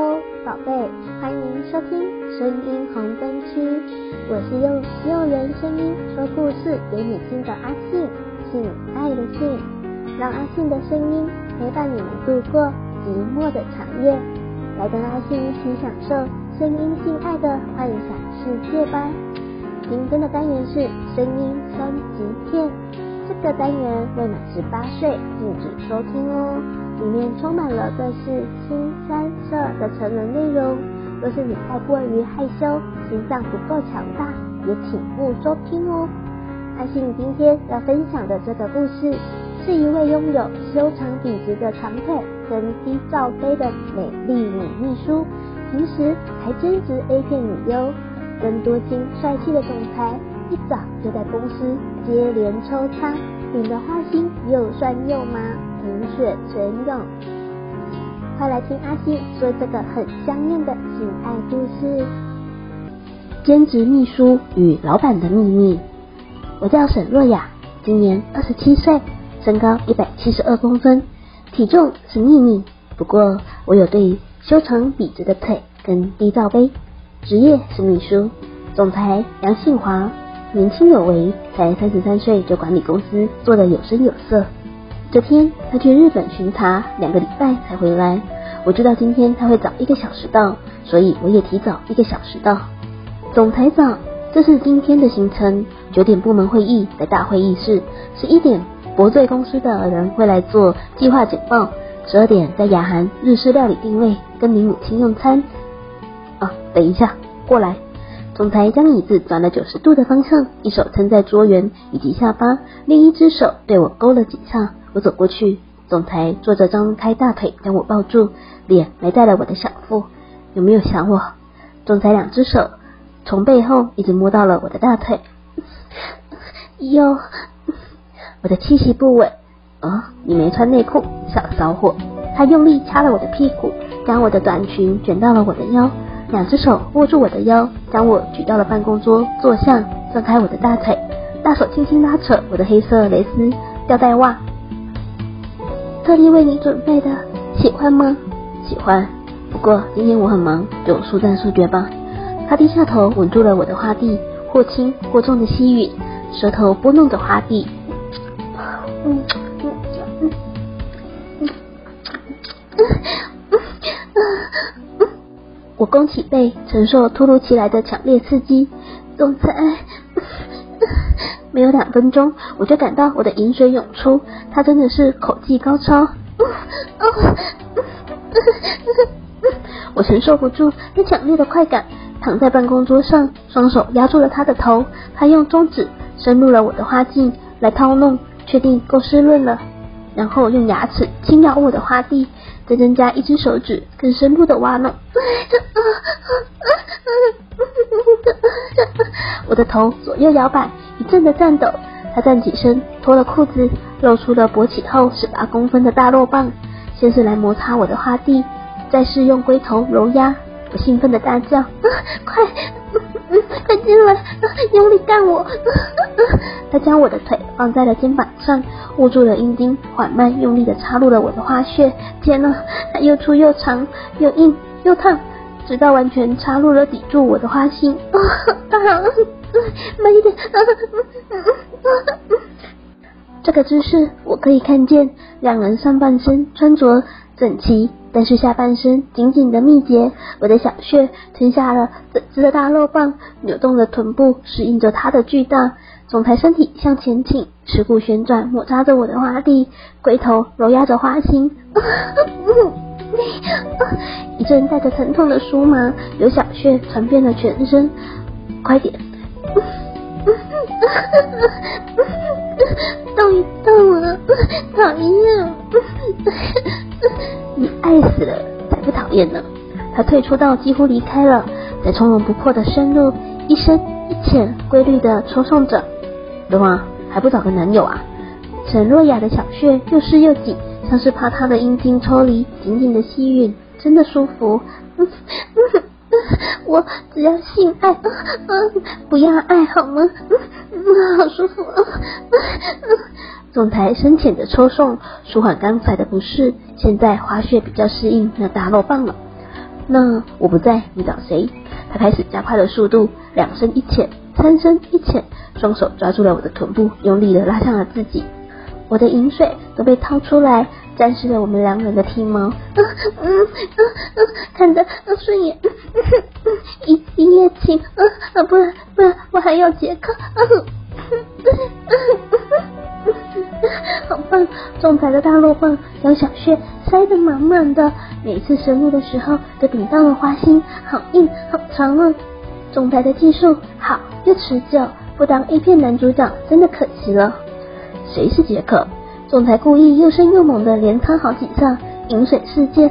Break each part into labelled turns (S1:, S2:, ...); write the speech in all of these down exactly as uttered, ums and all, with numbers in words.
S1: Hello， 宝贝，欢迎收听声音红灯区，我是用诱人声音说故事给你听的阿信，性爱的性，让阿信的声音陪伴你们度过寂寞的长夜，来跟阿信一起享受声音性爱的幻想世界吧。今天的单元是声音三级片，这个单元未满十八岁禁止收听哦，里面充满了各式腥羶色的成人内容，若是你太过于害羞，心脏不够强大，也请勿收听哦。阿信今天要分享的这个故事，是一位拥有修长笔直的长腿跟低罩杯的美丽女秘书，平时还兼职 A 片女优，跟多金帅气的总裁一早就在公司接连抽插，顶的花心又酸又麻，饮血泉涌。快来听阿信说这个很香艳的性爱故事。兼职秘书与老板的秘密。我叫沈若雅，今年二十七岁，身高一百七十二公分，体重是秘密，不过我有对修长笔直的腿跟低罩杯。职业是秘书，总裁杨信华年轻有为，才三十三岁就管理公司，做得有声有色。这天他去日本巡查，两个礼拜才回来。我知道今天他会早一个小时到，所以我也提早一个小时到。总裁早，这是今天的行程。九点部门会议在大会议室，十一点博醉公司的人会来做计划简报，十二点在雅涵日式料理定位，跟你母亲用餐。啊，等一下，过来。总裁将椅子转了九十度的方向，一手撑在桌缘以及下巴，另一只手对我勾了几下。我走过去，总裁坐着张开大腿将我抱住，脸埋在了我的小腹。有没有想我？总裁两只手从背后一直摸到了我的大腿。有。我的气息不稳。哦，你没穿内裤，小骚货。他用力掐了我的屁股，将我的短裙卷到了我的腰，两只手握住我的腰，将我举到了办公桌坐下，张开我的大腿，大手轻轻拉扯我的黑色蕾丝吊带袜。特地为你准备的，喜欢吗？喜欢，不过今天我很忙，就速战速决吧。他低下头吻住了我的花蒂，或轻或重的吸吮，舌头拨弄着花蒂。嗯嗯嗯嗯嗯我弓起背，承受突如其来的强烈刺激。总裁，没有两分钟，我就感到我的饮水涌出，他真的是口技高超。我承受不住那强烈的快感，躺在办公桌上，双手压住了他的头。他用中指深入了我的花茎来掏弄，确定够湿润了，然后用牙齿轻咬我的花蒂，再增加一只手指更深入的挖弄。我的头左右摇摆，一阵的颤抖。他站起身，脱了裤子，露出了勃起后十八公分的大肉棒，先是来摩擦我的花蒂，再是用龟头揉压。我兴奋的大叫：快快进来，用力干我。他将我的腿放在了肩膀上，握住了阴茎，缓慢用力的插入了我的花穴。天哪，它又粗又长又硬又烫，直到完全插入了抵住我的花心。啊，大郎，慢一点。这个姿势我可以看见两人上半身穿着整齐，但是下半身紧紧的密结。我的小穴撑下了整只的大肉棒，扭动的臀部适应着它的巨大。总裁身体向前倾，持股旋转，摩擦着我的花蒂，龟头揉压着花心。一阵带着疼痛的酥麻由小穴传遍了全身。快点。动一动啊，讨厌。你爱死了才不讨厌呢。他退出到几乎离开了，再从容不迫的深入，一深一浅规律的抽送着。怎么还不找个男友啊？沈若雅的小穴又湿又紧，像是怕她的阴茎抽离，紧紧的吸吮，真的舒服。我只要性爱，不要爱好吗？好舒服。总裁深浅的抽送，舒缓刚才的不适，现在花穴比较适应那大肉棒了。
S2: 那我不在，你找谁？他开始加快了速度，两声一浅，三声一浅，双手抓住了我的臀部，用力的拉向了自己。我的饮水都被掏出来，沾湿了我们两人的体毛，嗯嗯嗯，看得顺眼，嗯嗯，一一夜情，嗯啊，不然不然我还要杰克，嗯好棒！总裁的大肉棒将小穴塞得满满的，每一次深入的时候都顶到了花心，好硬好长啊！总裁的技术好又持久，不当 A 片男主角真的可惜了。谁是杰克？总裁故意又深又猛的连擦好几下，饮水事件。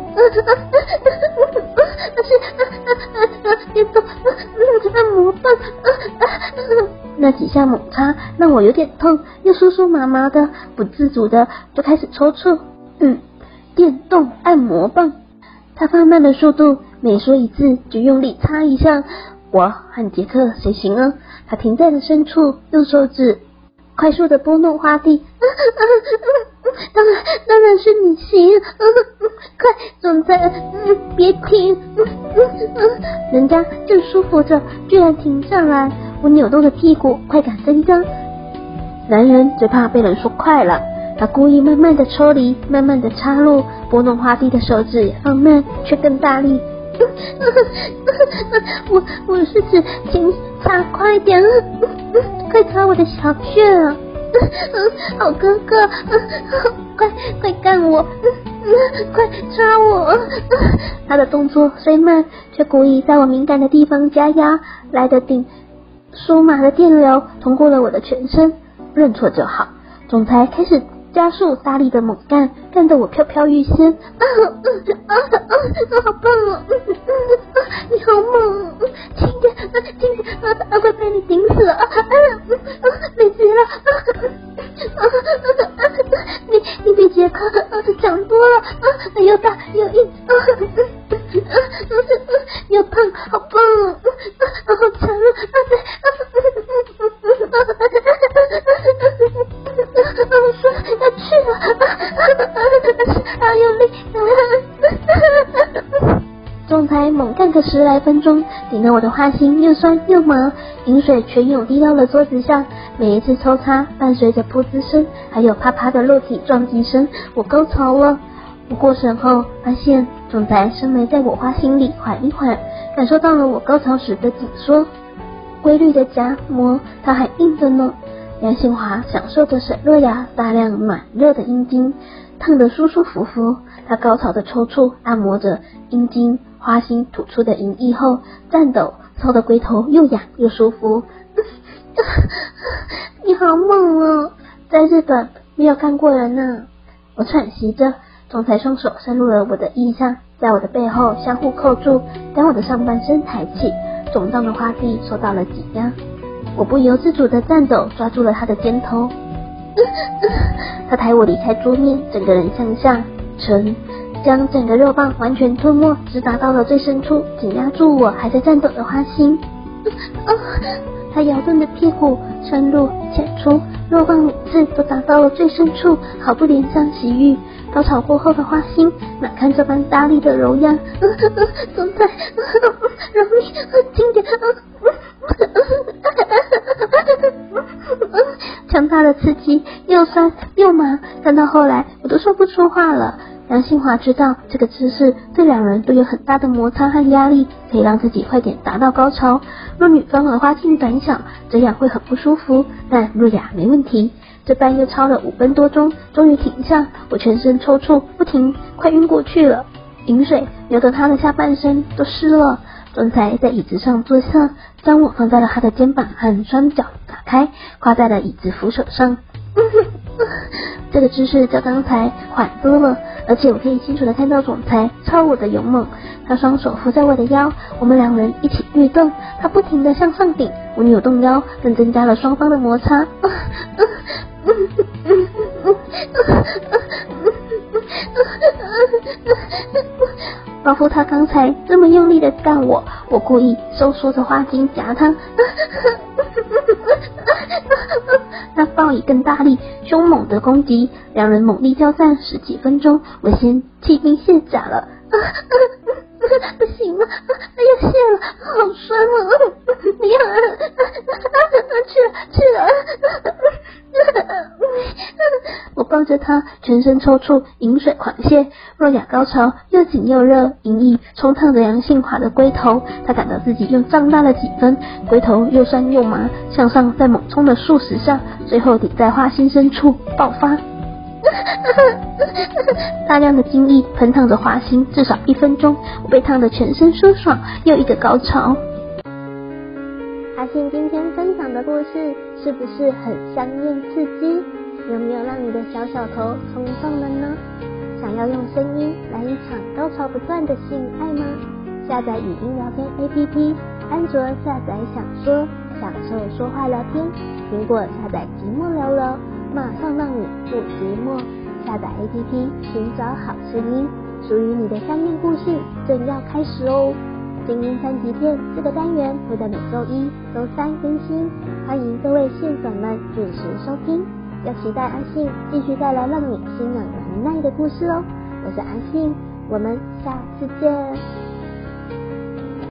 S2: 是电动按摩棒，那几下猛擦让我有点痛，又酥酥麻麻的，不自主的就开始抽搐。嗯，电动按摩棒。他放慢的速度，每说一次就用力擦一下。我和杰克谁行啊？他停在了深处，用手指快速的拨弄花蒂。当然当然是你行，快总裁，嗯，别停，人家正舒服着，居然停下来。我扭动着屁股，快感增加。男人最怕被人说快了，他故意慢慢的抽离，慢慢的插入，拨弄花蒂的手指也放慢，却更大力。我我是指请擦快点，快擦我的小穴啊！好哥哥，快快干我，快插我！他的动作虽慢，却故意在我敏感的地方加压，来得顶酥麻的电流通过了我的全身。认错就好。总裁开始加速大力的猛干，干得我飘飘欲仙。啊啊啊啊！好棒哦！你好猛！轻点，轻点！啊，快被你顶死了！啊啊！没急了！你你比杰克强多了！啊，又大又硬！啊，又胖，好棒哦！啊，好强啊！我说要去了，啊，用力！总裁猛干个十来分钟，顶得我的花心又酸又麻，饮水全涌滴到了桌子上。每一次抽插伴随着噗滋声，还有啪啪的肉体撞击声，我高潮了。我过神后发现总裁深埋在我花心里缓一缓，感受到了我高潮时的紧缩，规律的夹磨，它还硬着呢。杨杏华享受着沈若雅大量满热的阴茎，烫得舒舒服服。他高潮的抽搐按摩着阴茎花心吐出的淫液后颤抖，操的龟头又痒又舒服。你好猛哦，在日本没有看过人呢。我喘息着，总裁双手伸入了我的腋下，在我的背后相互扣住，将我的上半身抬起，肿胀的花蒂受到了挤压。我不由自主的颤抖，抓住了他的肩头。他抬我离开桌面，整个人向下沉，将整个肉棒完全吞没，直达到了最深处，紧压住我还在颤抖的花心。他摇动的屁股深入浅出，肉棒每次都达到了最深处，毫不怜香惜玉。高潮过后的花心哪看这般大力的揉压，总裁，容易轻点。强大的刺激又酸又麻，干到后来我都说不出话了。杨杏华知道这个姿势对两人都有很大的摩擦和压力，可以让自己快点达到高潮。若女方儿花茎短小，这样会很不舒服，但若雅没问题。这般又超了五分多钟，终于停下，我全身抽搐不停，快晕过去了。饮水流得他的下半身都湿了。总裁在椅子上坐下，将我放在了他的肩膀和双脚打开，跨在了椅子扶手上。这个姿势较刚才缓多了，而且我可以清楚地看到总裁超我的勇猛。他双手扶在我的腰，我们两人一起律动，他不停地向上顶，我扭动腰，更增加了双方的摩擦。包括他刚才这么用力的干我，我故意收缩着花茎夹他。他报以更大力凶猛的攻击，两人猛力交战十几分钟，我先弃兵卸甲了。 不行了，哎呀泄了，好酸啊！不要了，去了去了！我抱着他，全身抽搐，饮水狂泻，若雅高潮又紧又热，淫液冲烫着杨杏华的龟头，他感到自己又胀大了几分，龟头又酸又麻，向上再猛冲了数十下，最后顶在花心深处爆发。大量的精液喷烫着花心，至少一分钟，我被烫得全身舒爽，又一个高潮。
S1: 阿信今天分享的故事是不是很香艳刺激？有没有让你的小小头冲动了呢？想要用声音来一场高潮不断的性爱吗？下载语音聊天 A P P， 安卓下载享说，享受说话聊天；苹果下载寂寞聊聊，马上让你不寂寞。下载 A P P 寻找好声音，属于你的香艳故事正要开始哦！精英三级片这个单元会在每周一、周三更新，欢迎各位信粉们准时收听。要期待阿信继续带来让你心痒难耐的故事哦！我是阿信，我们下次见。